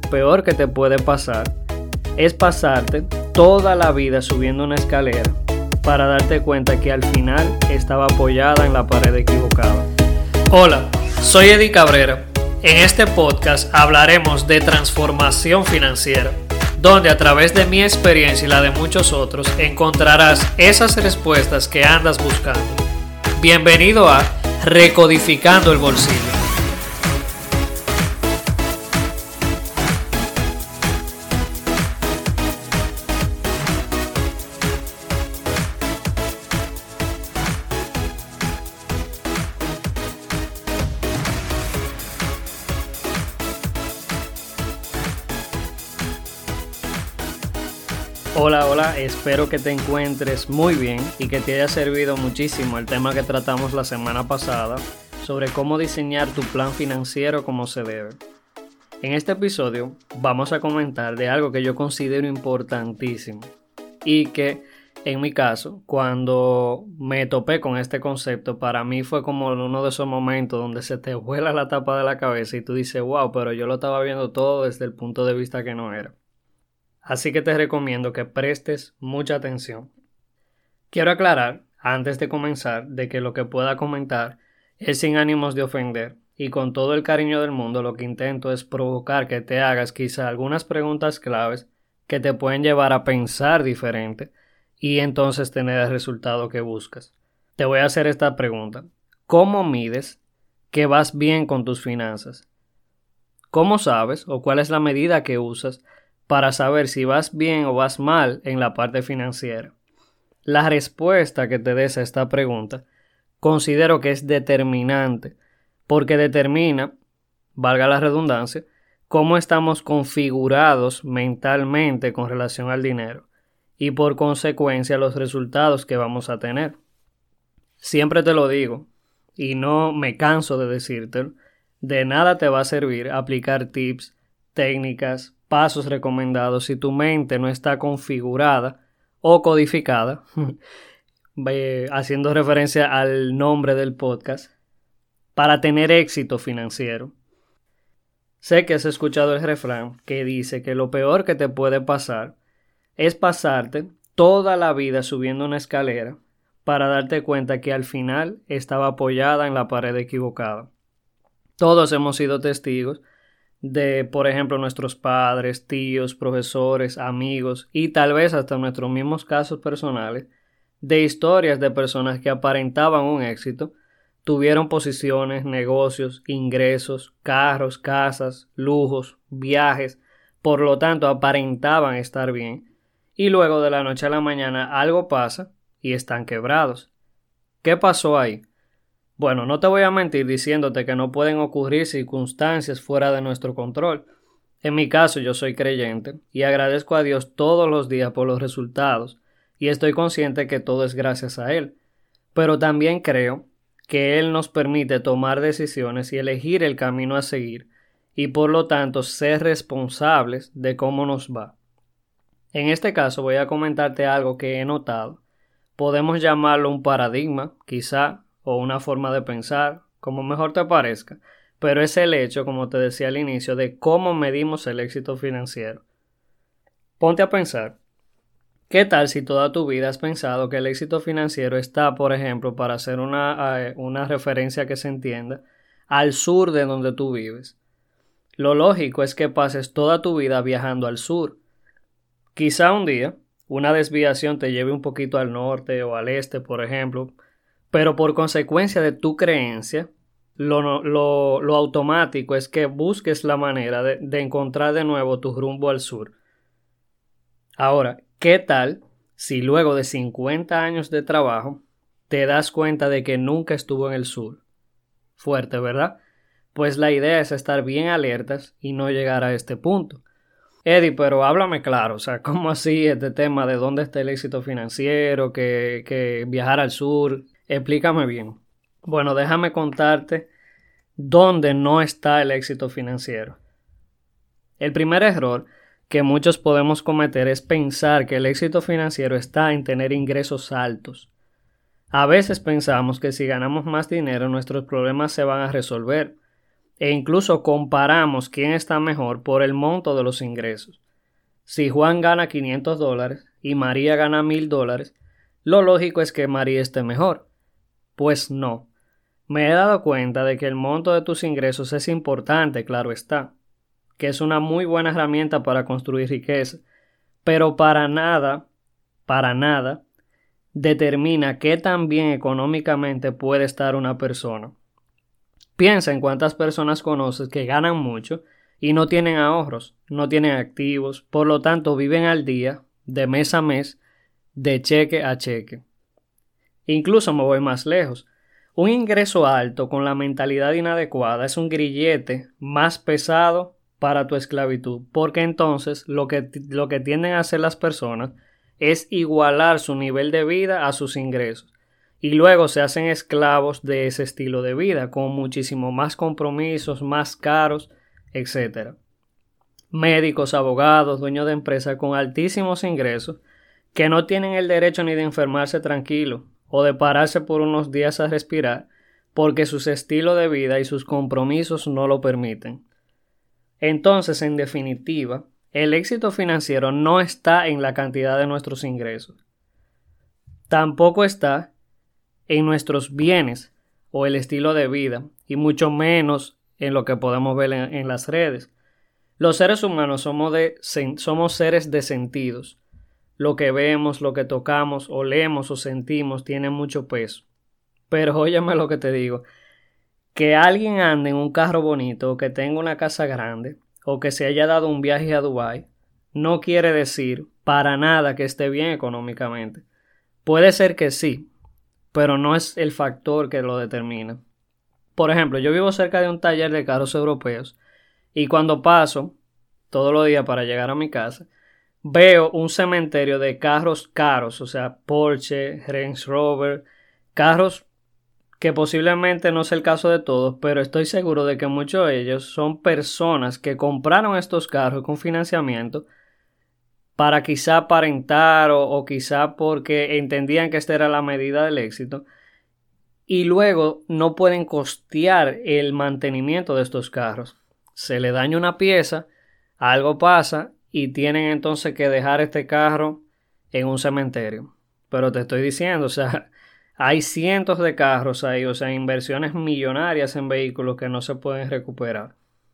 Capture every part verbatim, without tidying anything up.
peor que te puede pasar es pasarte toda la vida subiendo una escalera para darte cuenta que al final estaba apoyada en la pared equivocada. Hola, soy Eddie Cabrera. En este podcast hablaremos de transformación financiera, donde a través de mi experiencia y la de muchos otros encontrarás esas respuestas que andas buscando. Bienvenido a Recodificando el Bolsillo. Hola, hola, espero que te encuentres muy bien y que te haya servido muchísimo el tema que tratamos la semana pasada sobre cómo diseñar tu plan financiero como se debe. En este episodio vamos a comentar de algo que yo considero importantísimo y que en mi caso, cuando me topé con este concepto, para mí fue como uno de esos momentos donde se te vuela la tapa de la cabeza y tú dices, wow, pero yo lo estaba viendo todo desde el punto de vista que no era. Así que te recomiendo que prestes mucha atención. Quiero aclarar, antes de comenzar, de que lo que pueda comentar es sin ánimos de ofender y con todo el cariño del mundo lo que intento es provocar que te hagas quizá algunas preguntas claves que te pueden llevar a pensar diferente y entonces tener el resultado que buscas. Te voy a hacer esta pregunta. ¿Cómo mides que vas bien con tus finanzas? ¿Cómo sabes o cuál es la medida que usas para saber si vas bien o vas mal en la parte financiera? La respuesta que te des a esta pregunta considero que es determinante, porque determina, valga la redundancia, cómo estamos configurados mentalmente con relación al dinero y por consecuencia los resultados que vamos a tener. Siempre te lo digo y no me canso de decírtelo, de nada te va a servir aplicar tips, técnicas, pasos recomendados si tu mente no está configurada o codificada, haciendo referencia al nombre del podcast, para tener éxito financiero. Sé que has escuchado el refrán que dice que lo peor que te puede pasar es pasarte toda la vida subiendo una escalera para darte cuenta que al final estaba apoyada en la pared equivocada. Todos hemos sido testigos de, por ejemplo, nuestros padres, tíos, profesores, amigos y tal vez hasta nuestros mismos casos personales, de historias de personas que aparentaban un éxito, tuvieron posiciones, negocios, ingresos, carros, casas, lujos, viajes, por lo tanto aparentaban estar bien, y luego de la noche a la mañana algo pasa y están quebrados. ¿Qué pasó ahí? Bueno, no te voy a mentir diciéndote que no pueden ocurrir circunstancias fuera de nuestro control. En mi caso yo soy creyente y agradezco a Dios todos los días por los resultados y estoy consciente que todo es gracias a Él. Pero también creo que Él nos permite tomar decisiones y elegir el camino a seguir y por lo tanto ser responsables de cómo nos va. En este caso voy a comentarte algo que he notado. Podemos llamarlo un paradigma, quizá, o una forma de pensar, como mejor te parezca, pero es el hecho, como te decía al inicio, de cómo medimos el éxito financiero. Ponte a pensar, ¿qué tal si toda tu vida has pensado que el éxito financiero está, por ejemplo, para hacer una, una referencia que se entienda, al sur de donde tú vives? Lo lógico es que pases toda tu vida viajando al sur. Quizá un día una desviación te lleve un poquito al norte o al este, por ejemplo, pero por consecuencia de tu creencia, lo, lo, lo automático es que busques la manera de, de encontrar de nuevo tu rumbo al sur. Ahora, ¿qué tal si luego de cincuenta años de trabajo te das cuenta de que nunca estuvo en el sur? Fuerte, ¿verdad? Pues la idea es estar bien alertas y no llegar a este punto. Eddie, pero háblame claro, o sea, ¿cómo así este tema de dónde está el éxito financiero, que, que viajar al sur? Explícame bien. Bueno, déjame contarte dónde no está el éxito financiero. El primer error que muchos podemos cometer es pensar que el éxito financiero está en tener ingresos altos. A veces pensamos que si ganamos más dinero nuestros problemas se van a resolver. e incluso comparamos quién está mejor por el monto de los ingresos. Si Juan gana quinientos dólares y María gana mil dólares, lo lógico es que María esté mejor. Pues no. Me he dado cuenta de que el monto de tus ingresos es importante, claro está, que es una muy buena herramienta para construir riqueza, pero para nada, para nada, determina qué tan bien económicamente puede estar una persona. Piensa en cuántas personas conoces que ganan mucho y no tienen ahorros, no tienen activos, por lo tanto viven al día, de mes a mes, de cheque a cheque. Incluso me voy más lejos. Un ingreso alto con la mentalidad inadecuada es un grillete más pesado para tu esclavitud, porque entonces lo que, lo que tienden a hacer las personas es igualar su nivel de vida a sus ingresos y luego se hacen esclavos de ese estilo de vida con muchísimo más compromisos, más caros, etcétera. Médicos, abogados, dueños de empresas con altísimos ingresos que no tienen el derecho ni de enfermarse tranquilo o de pararse por unos días a respirar porque su estilo de vida y sus compromisos no lo permiten. Entonces, en definitiva, el éxito financiero no está en la cantidad de nuestros ingresos. Tampoco está en nuestros bienes o el estilo de vida, y mucho menos en lo que podemos ver en, en las redes. Los seres humanos somos, de, somos seres de sentidos. Lo que vemos, lo que tocamos, olemos o sentimos tiene mucho peso. Pero óyeme lo que te digo, que alguien ande en un carro bonito o que tenga una casa grande o que se haya dado un viaje a Dubái no quiere decir para nada que esté bien económicamente. Puede ser que sí, pero no es el factor que lo determina. Por ejemplo, yo vivo cerca de un taller de carros europeos y cuando paso todos los días para llegar a mi casa, veo un cementerio de carros caros, o sea, Porsche, Range Rover, carros que posiblemente no es el caso de todos, pero estoy seguro de que muchos de ellos son personas que compraron estos carros con financiamiento para quizá aparentar o, o quizá porque entendían que esta era la medida del éxito y luego no pueden costear el mantenimiento de estos carros. Se le daña una pieza, algo pasa y tienen entonces que dejar este carro en un cementerio. Pero te estoy diciendo, o sea, hay cientos de carros ahí, o sea, inversiones millonarias en vehículos que no se pueden recuperar.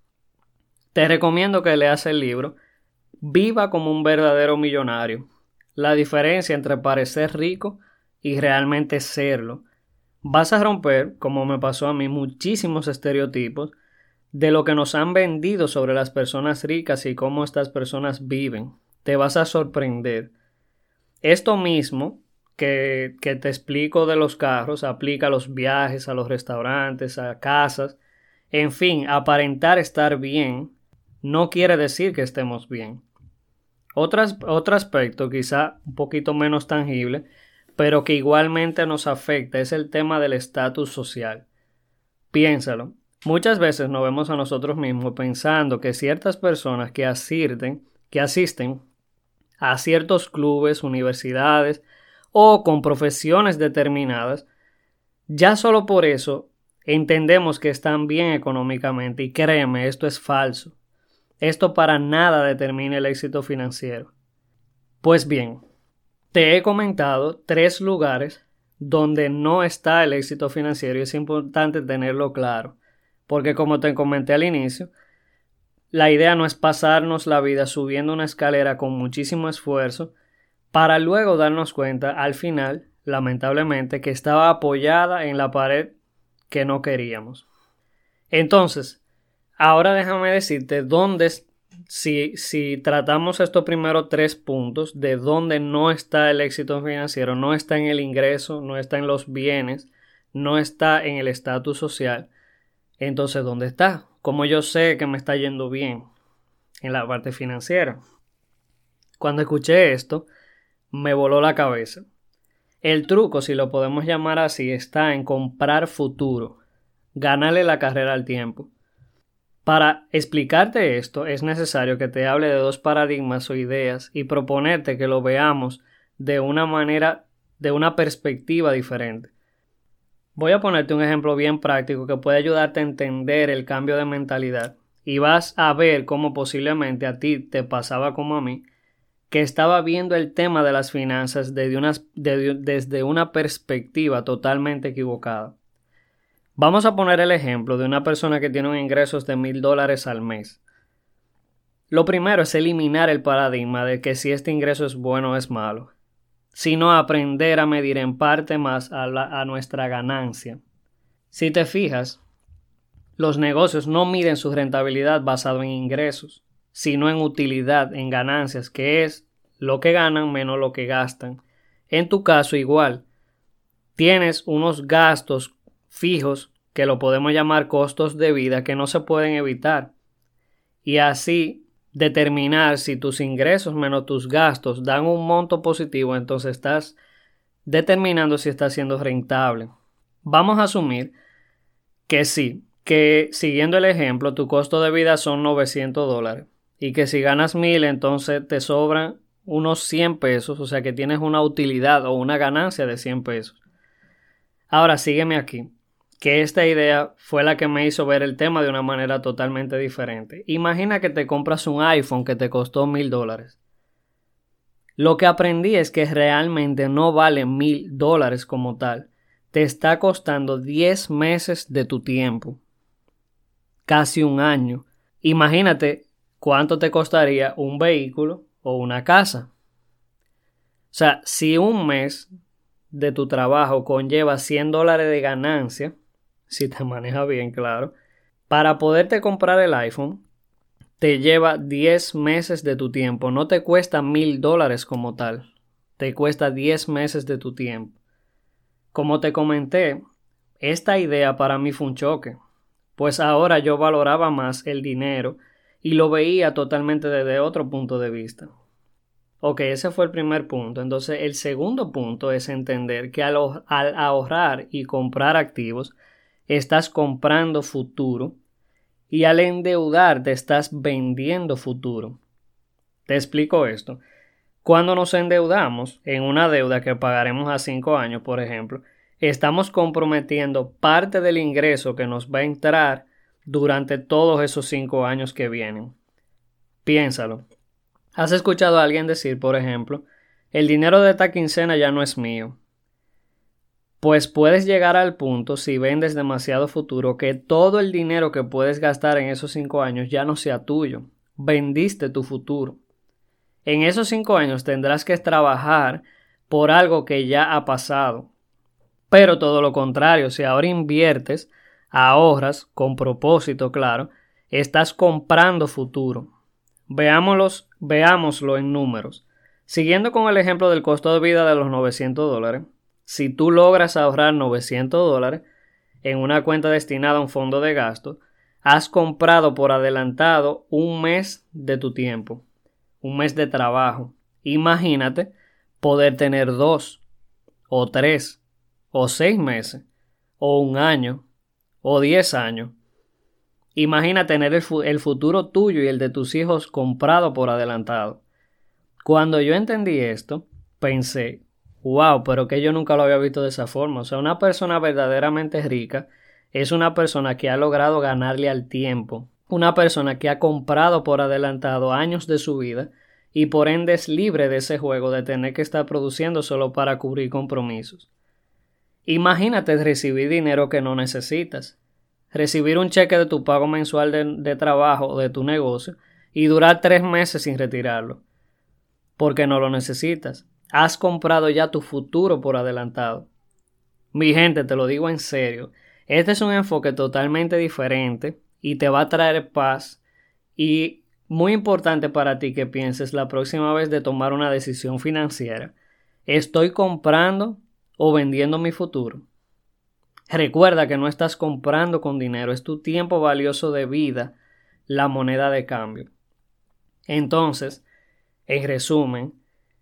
Te recomiendo que leas el libro Viva como un verdadero millonario. La diferencia entre parecer rico y realmente serlo. Vas a romper, como me pasó a mí, muchísimos estereotipos de lo que nos han vendido sobre las personas ricas y cómo estas personas viven. Te vas a sorprender. Esto mismo que, que te explico de los carros aplica a los viajes, a los restaurantes, a casas. En fin, aparentar estar bien no quiere decir que estemos bien. Otras, otro aspecto quizá un poquito menos tangible, pero que igualmente nos afecta, es el tema del estatus social. Piénsalo. Muchas veces nos vemos a nosotros mismos pensando que ciertas personas que asisten, que asisten a ciertos clubes, universidades o con profesiones determinadas, ya solo por eso entendemos que están bien económicamente y créeme, esto es falso. Esto para nada determina el éxito financiero. Pues bien, te he comentado tres lugares donde no está el éxito financiero y es importante tenerlo claro, porque como te comenté al inicio, la idea no es pasarnos la vida subiendo una escalera con muchísimo esfuerzo para luego darnos cuenta al final, lamentablemente, que estaba apoyada en la pared que no queríamos. Entonces, ahora déjame decirte dónde, si, si tratamos estos primeros tres puntos, de dónde no está el éxito financiero, no está en el ingreso, no está en los bienes, no está en el estatus social. Entonces, ¿dónde está? ¿Cómo yo sé que me está yendo bien en la parte financiera? Cuando escuché esto, me voló la cabeza. El truco, si lo podemos llamar así, está en comprar futuro, ganarle la carrera al tiempo. Para explicarte esto, es necesario que te hable de dos paradigmas o ideas y proponerte que lo veamos de una manera, de una perspectiva diferente. Voy a ponerte un ejemplo bien práctico que puede ayudarte a entender el cambio de mentalidad y vas a ver cómo posiblemente a ti te pasaba como a mí, que estaba viendo el tema de las finanzas desde una, de, desde una perspectiva totalmente equivocada. Vamos a poner el ejemplo de una persona que tiene un ingresos de mil dólares al mes. Lo primero es eliminar el paradigma de que si este ingreso es bueno o es malo, sino aprender a medir en parte más a, la, a nuestra ganancia. Si te fijas, los negocios no miden su rentabilidad basado en ingresos, sino en utilidad, en ganancias, que es lo que ganan menos lo que gastan. En tu caso igual, tienes unos gastos fijos que lo podemos llamar costos de vida que no se pueden evitar. Y así determinar si tus ingresos menos tus gastos dan un monto positivo, entonces estás determinando si está siendo rentable. Vamos a asumir que sí, que siguiendo el ejemplo, tu costo de vida son novecientos dólares y que si ganas mil, entonces te sobran unos cien pesos, o sea que tienes una utilidad o una ganancia de cien pesos. Ahora sígueme aquí, que esta idea fue la que me hizo ver el tema de una manera totalmente diferente. Imagina que te compras un iPhone que te costó mil dólares. Lo que aprendí es que realmente no vale mil dólares como tal. Te está costando diez meses de tu tiempo. Casi un año. Imagínate cuánto te costaría un vehículo o una casa. O sea, si un mes de tu trabajo conlleva cien dólares de ganancia, si te maneja bien, claro, para poderte comprar el iPhone, te lleva diez meses de tu tiempo. No te cuesta mil dólares como tal. Te cuesta diez meses de tu tiempo. Como te comenté, esta idea para mí fue un choque, pues ahora yo valoraba más el dinero y lo veía totalmente desde otro punto de vista. Ok, ese fue el primer punto. Entonces, el segundo punto es entender que al, al ahorrar y comprar activos, estás comprando futuro y al endeudarte estás vendiendo futuro. Te explico esto. Cuando nos endeudamos en una deuda que pagaremos a cinco años, por ejemplo, estamos comprometiendo parte del ingreso que nos va a entrar durante todos esos cinco años que vienen. Piénsalo. ¿Has escuchado a alguien decir, por ejemplo, el dinero de esta quincena ya no es mío? Pues puedes llegar al punto, si vendes demasiado futuro, que todo el dinero que puedes gastar en esos cinco años ya no sea tuyo. Vendiste tu futuro. En esos cinco años tendrás que trabajar por algo que ya ha pasado. Pero todo lo contrario, si ahora inviertes, ahorras, con propósito, claro, estás comprando futuro. Veámoslos, veámoslo en números. Siguiendo con el ejemplo del costo de vida de los novecientos dólares, si tú logras ahorrar novecientos dólares en una cuenta destinada a un fondo de gasto, has comprado por adelantado un mes de tu tiempo, un mes de trabajo. Imagínate poder tener dos, o tres, o seis meses, o un año, o diez años. Imagina tener el, fu- el futuro tuyo y el de tus hijos comprado por adelantado. Cuando yo entendí esto, pensé, wow, pero que yo nunca lo había visto de esa forma. O sea, una persona verdaderamente rica es una persona que ha logrado ganarle al tiempo. Una persona que ha comprado por adelantado años de su vida y por ende es libre de ese juego de tener que estar produciendo solo para cubrir compromisos. Imagínate recibir dinero que no necesitas. Recibir un cheque de tu pago mensual de, de trabajo o de tu negocio y durar tres meses sin retirarlo, porque no lo necesitas. Has comprado ya tu futuro por adelantado. Mi gente, te lo digo en serio, este es un enfoque totalmente diferente y te va a traer paz y muy importante para ti que pienses la próxima vez de tomar una decisión financiera. ¿Estoy comprando o vendiendo mi futuro? Recuerda que no estás comprando con dinero, es tu tiempo valioso de vida, la moneda de cambio. Entonces, en resumen,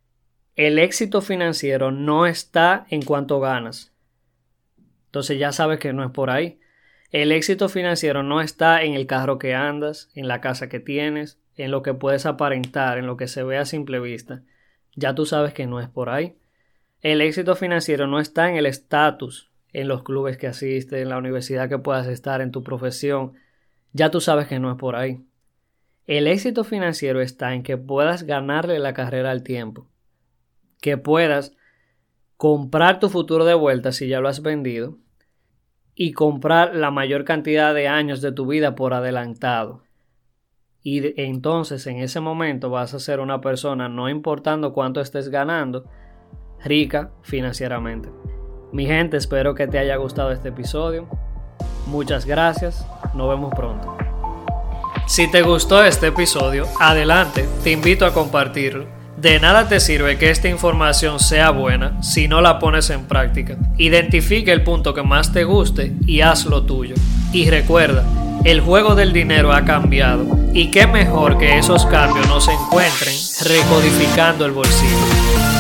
el éxito financiero no está en cuánto ganas. Entonces ya sabes que no es por ahí. El éxito financiero no está en el carro que andas, en la casa que tienes, en lo que puedes aparentar, en lo que se ve a simple vista. Ya tú sabes que no es por ahí. El éxito financiero no está en el estatus, en los clubes que asistes, en la universidad que puedas estar, en tu profesión, ya tú sabes que no es por ahí. El éxito financiero está en que puedas ganarle la carrera al tiempo, que puedas comprar tu futuro de vuelta si ya lo has vendido y comprar la mayor cantidad de años de tu vida por adelantado. Y de, entonces en ese momento vas a ser una persona, no importando cuánto estés ganando, rica financieramente. Mi gente, espero que te haya gustado este episodio. Muchas gracias, nos vemos pronto. Si te gustó este episodio, adelante, te invito a compartirlo. De nada te sirve que esta información sea buena si no la pones en práctica. Identifica el punto que más te guste y hazlo tuyo. Y recuerda, el juego del dinero ha cambiado y qué mejor que esos cambios no se encuentren recodificando el bolsillo.